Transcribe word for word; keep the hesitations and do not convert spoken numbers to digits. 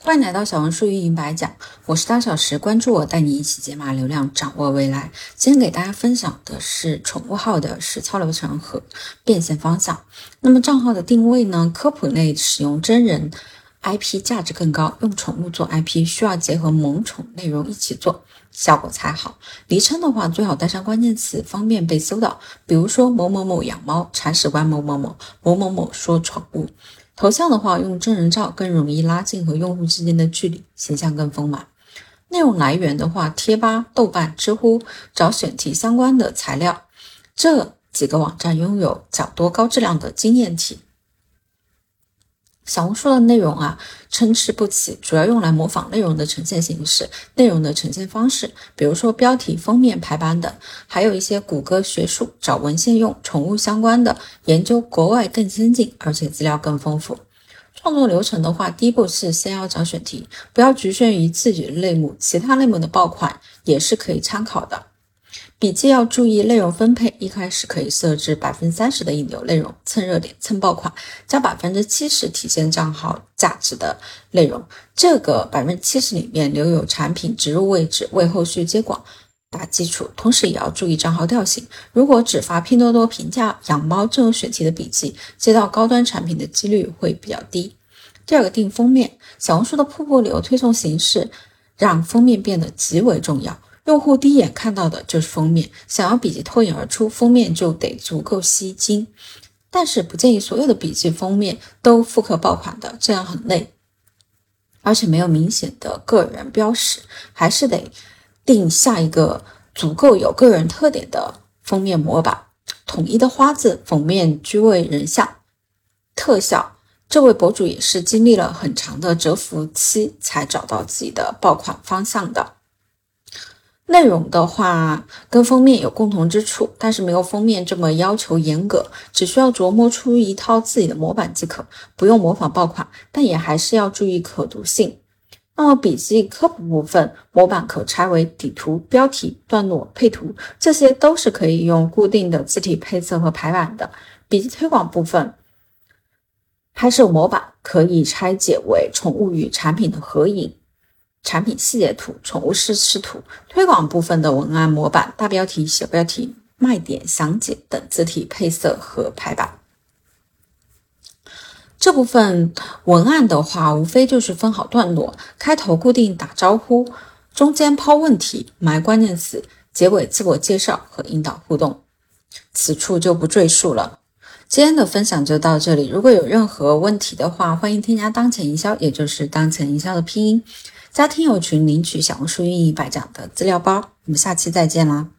欢迎来到小红书运营白讲，我是大小时，关注我，带你一起解码流量，掌握未来。今天给大家分享的是宠物号的实操流程和变现方向。那么账号的定位呢？科普类使用真人 I P 价值更高，用宠物做 I P 需要结合萌宠内容一起做，效果才好。昵称的话最好带上关键词，方便被搜到，比如说某某某养猫，铲屎官某某某，某某某说宠物。头像的话用真人照更容易拉近和用户之间的距离，形象更丰满。内容来源的话，贴吧、豆瓣、知乎，找选题相关的材料，这几个网站拥有较多高质量的经验题。小红书的内容啊，参差不齐，主要用来模仿内容的呈现形式、内容的呈现方式，比如说标题、封面、排版等，还有一些谷歌学术，找文献用，宠物相关的研究国外更先进，而且资料更丰富。创作流程的话，第一步是先要找选题，不要局限于自己的类目，其他类目的爆款也是可以参考的。笔记要注意内容分配，一开始可以设置 百分之三十 的引流内容，蹭热点蹭爆款，加 百分之七十 体现账号价值的内容，这个 百分之七十 里面留有产品植入位置，为后续接广打基础。同时也要注意账号调性，如果只发拼多多评价养猫这种选题的笔记，接到高端产品的几率会比较低。第二个定封面，小红书的瀑布流推送形式让封面变得极为重要，用户第一眼看到的就是封面，想要笔记脱颖而出，封面就得足够吸睛。但是不建议所有的笔记封面都复刻爆款的，这样很累，而且没有明显的个人标识，还是得定下一个足够有个人特点的封面模板。统一的花字，封面居位人像，特效。这位博主也是经历了很长的蛰伏期才找到自己的爆款方向的。内容的话跟封面有共同之处，但是没有封面这么要求严格，只需要琢磨出一套自己的模板即可，不用模仿爆款，但也还是要注意可读性。那么笔记科普部分，模板可拆为底图、标题、段落、配图，这些都是可以用固定的字体配色和排版的。笔记推广部分拍摄模板可以拆解为宠物与产品的合影、产品细节图、宠物试吃图。推广部分的文案模板，大标题、小标题、卖点、详解等字体配色和排版。这部分文案的话，无非就是分好段落，开头固定打招呼，中间抛问题、埋关键词，结尾自我介绍和引导互动，此处就不赘述了。今天的分享就到这里，如果有任何问题的话，欢迎添加当前营销，也就是当前营销的拼音，加听友群领取小红书运营一百讲的资料包。我们下期再见啦。